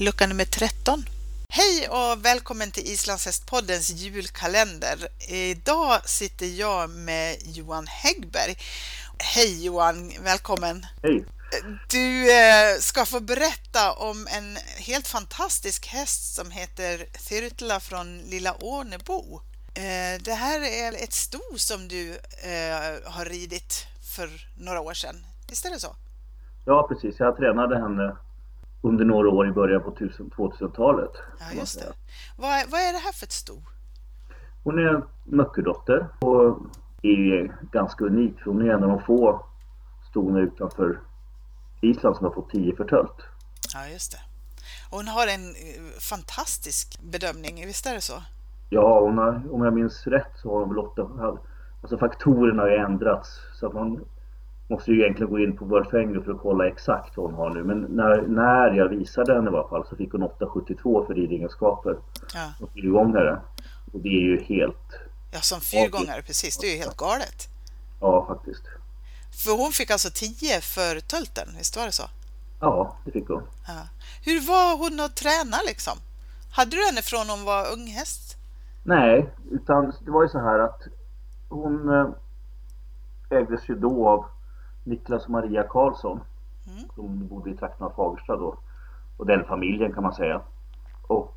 lucka nummer 13. Hej och välkommen till Islandshästpoddens julkalender. Idag sitter jag med Johan Häggberg. Hej Johan, välkommen. Hej. Du ska få berätta om en helt fantastisk häst som heter Þyrla från Lilla Ånebo. Det här är ett sto som du har ridit för några år sedan. Visst är det så? Ja, precis. Jag tränade henne under några år i början på 2000-talet. Ja, just det. Vad är det här för ett sto? Hon är en möckerdotter och är ganska unik. Hon är en av de få stona utanför Island som har fått 10 förtölt. Ja, just det. Och hon har en fantastisk bedömning, visst är det så? Ja, om jag minns rätt så har hon väl 8. Alltså faktorerna har ju ändrats så att man måste ju egentligen gå in på Worldfänger för att kolla exakt vad hon har nu. Men när jag visade henne i alla fall så fick hon 8,72 för ridegenskaper. Ja. Och 4-gångare. Och det är ju helt... Ja, som 4-gångare, precis. Det är ju helt galet. Ja, faktiskt. För hon fick alltså 10 för tölten, visst var det så? Ja, det fick hon. Ja. Hur var hon att träna liksom? Hade du henne från hon var ung häst? Nej, utan det var ju så här att hon ägdes ju då av Niklas och Maria Karlsson. Som bodde i trakten av Fagersta då. Och den familjen kan man säga. Och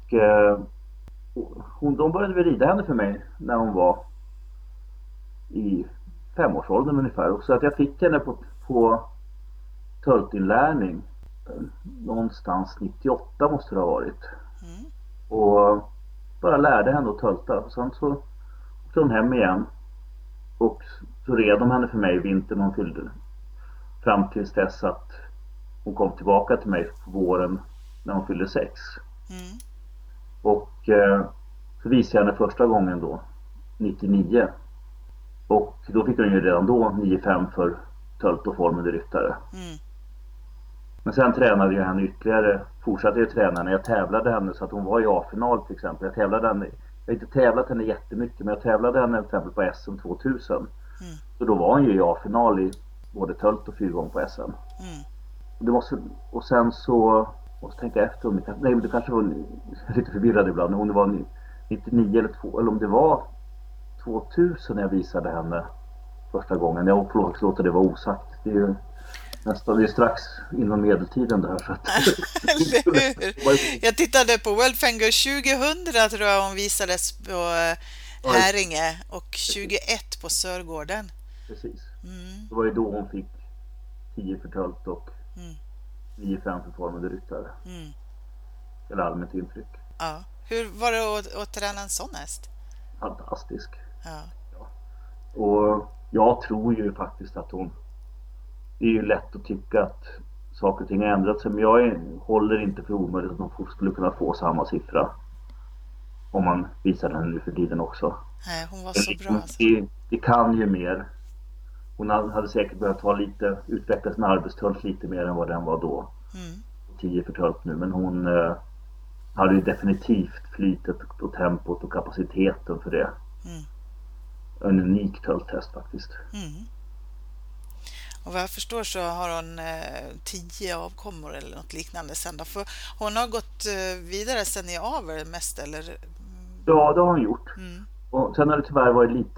de började väl rida henne för mig när hon var i 5-årsåldern ungefär. Och så att jag fick henne på töltinlärning någonstans 98 måste det ha varit. Och bara lärde henne att tölta. Och sen så åkte hon hem igen. Och så red de henne för mig vintern hon fyllde. Fram tills dess att hon kom tillbaka till mig på våren när hon fyllde 6. Och så visade jag henne första gången då, 99. Och då fick hon ju redan då 9,5 för tölt och formade ryttare. Men sen tränade jag henne ytterligare, fortsatte jag träna när jag tävlade henne så att hon var i A-final till exempel. Jag har inte tävlat henne jättemycket, men jag tävlade henne till exempel på SM 2000. Så då var hon ju i A-final i både tölt och 4-gång på SM. Och sen så måste tänka efter om det kanske var lite förvirrad ibland om det var 99 eller om det var 2000 när jag visade henne första gången. Jag får låta det vara osagt. Det är ju nästan, det är strax inom medeltiden där så att jag tittade på Worldfänger 2000 tror jag hon visades på Häringe och 21 på Sörgården. Precis. Det var ju då hon fick 10 förtölt och 9,5 för formade ryttare. Eller allmänt intryck. Ja. Hur var det att träna en sån häst? Fantastisk. Ja. Och jag tror ju faktiskt att det är ju lätt att tycka att saker och ting har ändrat sig, men jag håller inte för omöjligt att de skulle kunna få samma siffra om man visar henne nu för tiden också. Nej, hon var så bra alltså. Det kan ju mer. Hon hade säkert behövt utveckla sin arbetstölt lite mer än vad den var då. 10 förtölt nu, men hon hade ju definitivt flytet och tempot och kapaciteten för det. En unik tölthäst faktiskt. Och vad jag förstår så har hon 10 avkommor eller något liknande sen då. För hon har gått vidare sen i avel mest eller? Ja, det har hon gjort. Och sen har det tyvärr varit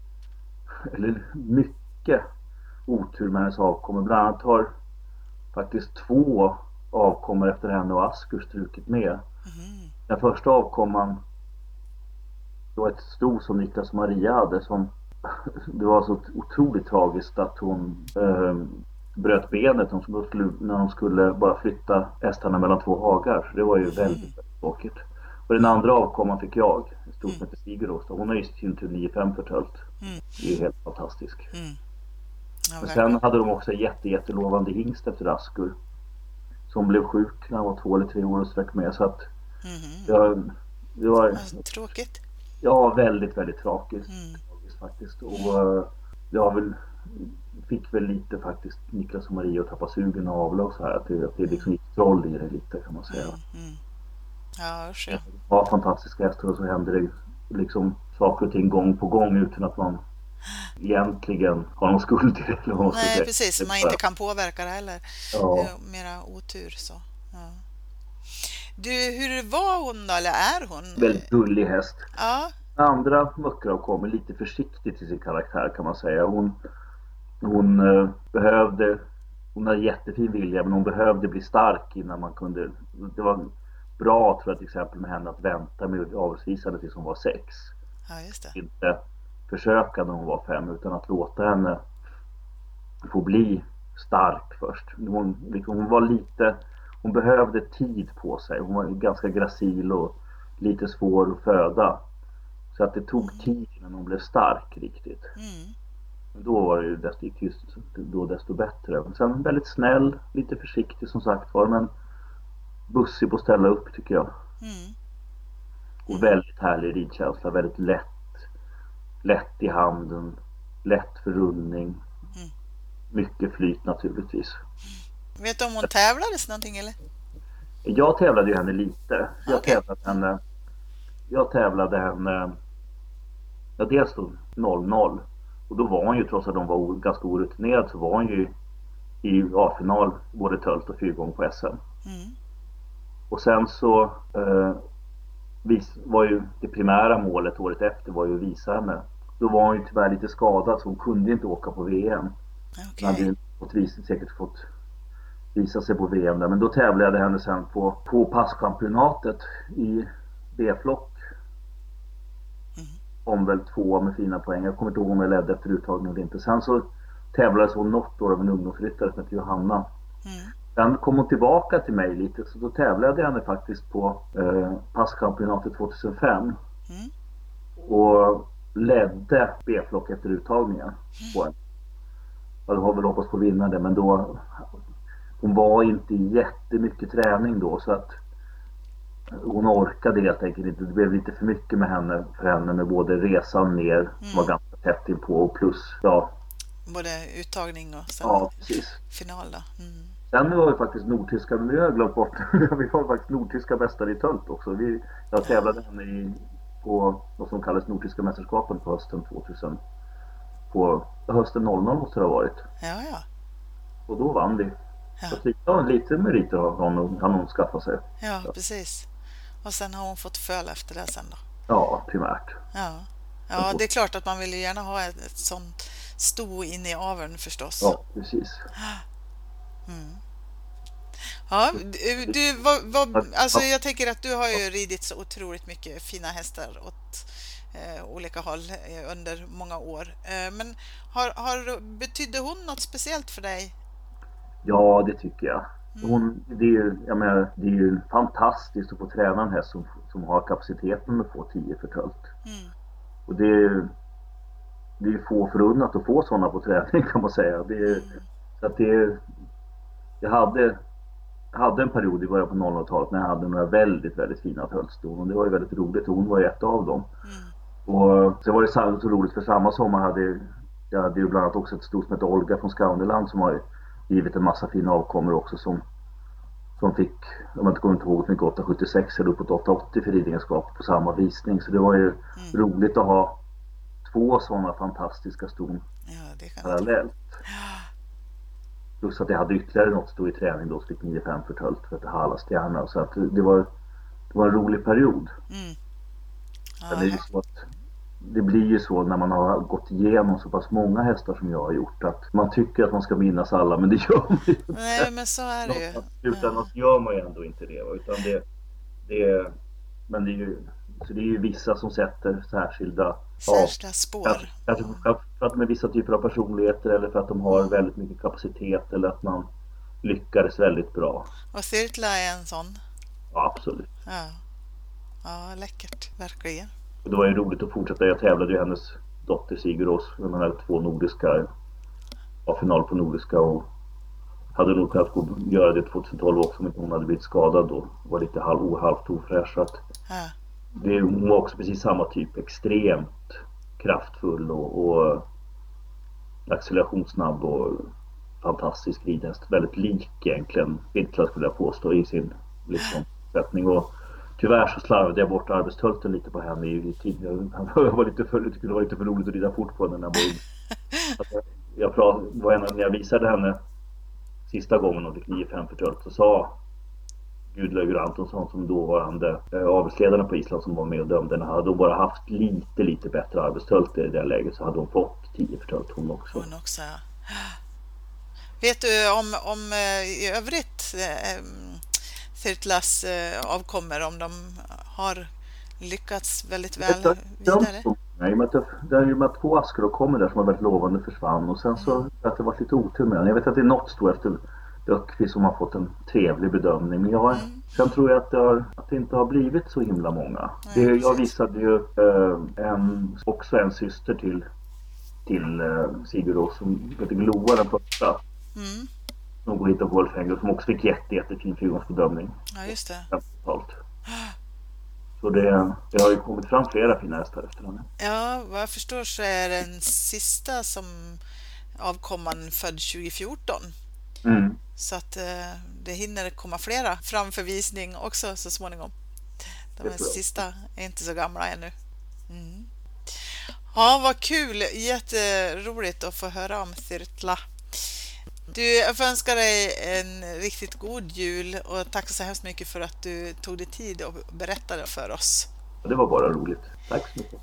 mycket otur med hennes avkommor. Bland annat har faktiskt 2 avkommor efter henne och Askur strukit med. Den första avkomman var ett sto som Niklas och Maria hade som det var så otroligt tragiskt att hon bröt benet när hon skulle bara flytta hästarna mellan 2 hagar. Det var ju väldigt tråkigt. Och den andra avkomman fick jag, en stor som heter Sigurd. Hon har ju sin tur 9,5 förtölt. Det är helt fantastiskt. Ja, men sen hade de också jättelovande hingst efter Askur. Som blev sjuk när han var 2 eller 3 år och sträck med. Så att det var tråkigt. Ja, väldigt, väldigt tragiskt faktiskt. Och jag fick väl lite faktiskt Niklas och Maria att tappa sugen och avla och så här. Att det liksom gick troll i det lite kan man säga. Ja, usch. Ja, fantastiska hästar och så händer det liksom saker och ting gång på gång utan att man egentligen har någon skuld i det. Eller vad man ska Nej, säga. precis. Man inte kan påverka det heller. Ja. Mera otur så. Ja. Du, hur var hon då, eller är hon? Väldigt gullig häst. Ja, Andra Muckraw kommer lite försiktigt till sin karaktär kan man säga. Hon behövde, hon hade jättefin vilja men hon behövde bli stark innan man kunde. Det var bra tror jag till exempel med henne att vänta med avelsvisande tills hon var 6. ja just det. Inte försöka när hon var 5 utan att låta henne få bli stark först. Hon var lite, hon behövde tid på sig. Hon var ganska gracil och lite svår att föda. Så att det tog tid innan hon blev stark riktigt. Mm. Då var det ju desto bättre. Men sen väldigt snäll, lite försiktig som sagt var, men bussig på att ställa upp tycker jag. Mm. Och väldigt härlig ridkänsla, väldigt lätt i handen, lätt för rullning. Mm. Mycket flyt naturligtvis. Vet du om hon tävlades någonting eller? Jag tävlade ju henne lite. Okej. Jag tävlade henne dels då 0-0. Och då var hon ju, trots att de var ganska orutinerad, så var hon ju i A-final både tölt och 4 gånger på SM. Mm. Och sen så var ju det primära målet året efter var ju att visa henne. Då var hon ju tyvärr lite skadad så hon kunde inte åka på VM. Okej. Hon hade säkert fått visa sig på VM där. Men då tävlade jag henne sen på passchampionatet i B-flock. Om väl 2 med fina poäng. Jag kommer inte ihåg om jag ledde efter uttagning eller inte. Sen så tävlades hon något år av en ungdomsryttare som heter Johanna. Mm. Sen kom hon tillbaka till mig lite så då tävlade jag henne faktiskt på passchampionatet 2005. Mm. Och ledde B-flock efter uttagningen på en. Jag har väl hoppats på att vinna det men då hon var inte i jättemycket träning då så att hon orkade helt enkelt inte. Det blev lite för mycket för henne med både resan ner som var ganska tätt inpå och plus Både uttagning och sen final då. Mm. Sen var vi faktiskt nordtyska, men vi har glömt bort. Vi var faktiskt nordtyska mästare i tölt också. Jag tävlade henne på vad som kallas nordtyska mästerskapen på hösten 2000. På hösten 00 måste det ha varit. Ja. Och då vann vi. Ja. Så lite meriter har hon skaffat sig. Ja, precis. Och sen har hon fått föl efter det sen då. Ja, primärt. Ja, det är klart att man vill ju gärna ha ett sånt sto in i aveln förstås. Ja, precis. Mm. Ja, alltså jag tänker att du har ju ridit så otroligt mycket fina hästar åt olika håll under många år. Men betydde hon något speciellt för dig? Ja, det tycker jag. Det är ju fantastiskt att få träna en häst som har kapaciteten att få 10 för tölt. Mm. Och det är ju få förunnat att få sådana på träning kan man säga. Jag hade en period i början på 00-talet när jag hade några väldigt, väldigt fina töltston och det var ju väldigt roligt och hon var ju ett av dem. Och så var det så roligt för samma sommar jag hade ju bland annat också ett sto som heter Olga från Skanderland som har givit en massa fina avkommor också som fick, om jag inte kommer ihåg, 876 eller uppåt 880 för ridningsskap på samma visning. Så det var ju roligt att ha 2 sådana fantastiska ston parallellt. Plus att jag hade ytterligare något stå i träning då, fick 9-5 för tölt för att hala stjärna. Så att det var en rolig period. Ja, det är ju så att det blir ju så när man har gått igenom så pass många hästar som jag har gjort att man tycker att man ska minnas alla men det gör man ju inte. Nej, men så är det ju. Utan att gör man ju ändå inte det. Utan men det är ju vissa som sätter särskilda spår. Kanske för att de är vissa typer av personligheter eller för att de har väldigt mycket kapacitet eller att man lyckades väldigt bra. Och Sirtla är en sån? Ja, absolut. Ja, läckert, verkligen. Och det var ju roligt att fortsätta. Jag tävlade ju hennes dotter Sigurås med de här 2 nordiska final på nordiska och hade nog kunnat göra det 2012 också om inte hon hade blivit skadad då. Var lite halvt ofräsch. Hon var också precis samma typ, extremt kraftfull och accelerationssnabb och fantastisk ridhäst. Väldigt lik egentligen Sirtla skulle jag påstå i sin sättning och tyvärr så slarvade jag bort arbetstölten lite på henne i tid. Det var lite för roligt att rida fort på henne när jag var när jag visade henne sista gången och fick 9-5 för tölt så sa Gudlaugur Antonsson som dåvarande avelsledarna på Island som var med och dömde. Hade hon bara haft lite bättre arbetstölt i det läget så hade hon fått 10 för tölt hon också. Hon också, ja. Vet du om i övrigt Þyrtlas avkommer, om de har lyckats väldigt väl vidare? Nej, men det är ju med 2 askor och kommer där som har varit lovande försvann och sen så att det var lite otur med den. Jag vet att det är något stå efter Björkqvist som har fått en trevlig bedömning, men sen tror jag att det inte har blivit så himla många. Jag visade ju också en syster till Sigurd som heter Gloa den första. Som går hit och Wolfhänger som också fick jättefin fyrgångsbedömning. Ja, just det. Så det har ju kommit fram flera fina hästar efter henne. Ja, vad jag förstår så är den sista som avkomman född 2014. Så att det hinner komma flera framför visning också så småningom. De här sista är inte så gamla ännu. Ja, vad kul. Jätteroligt att få höra om Þyrtla. Jag får önska dig en riktigt god jul och tack så hemskt mycket för att du tog dig tid och berättade för oss. Det var bara roligt. Tack så mycket.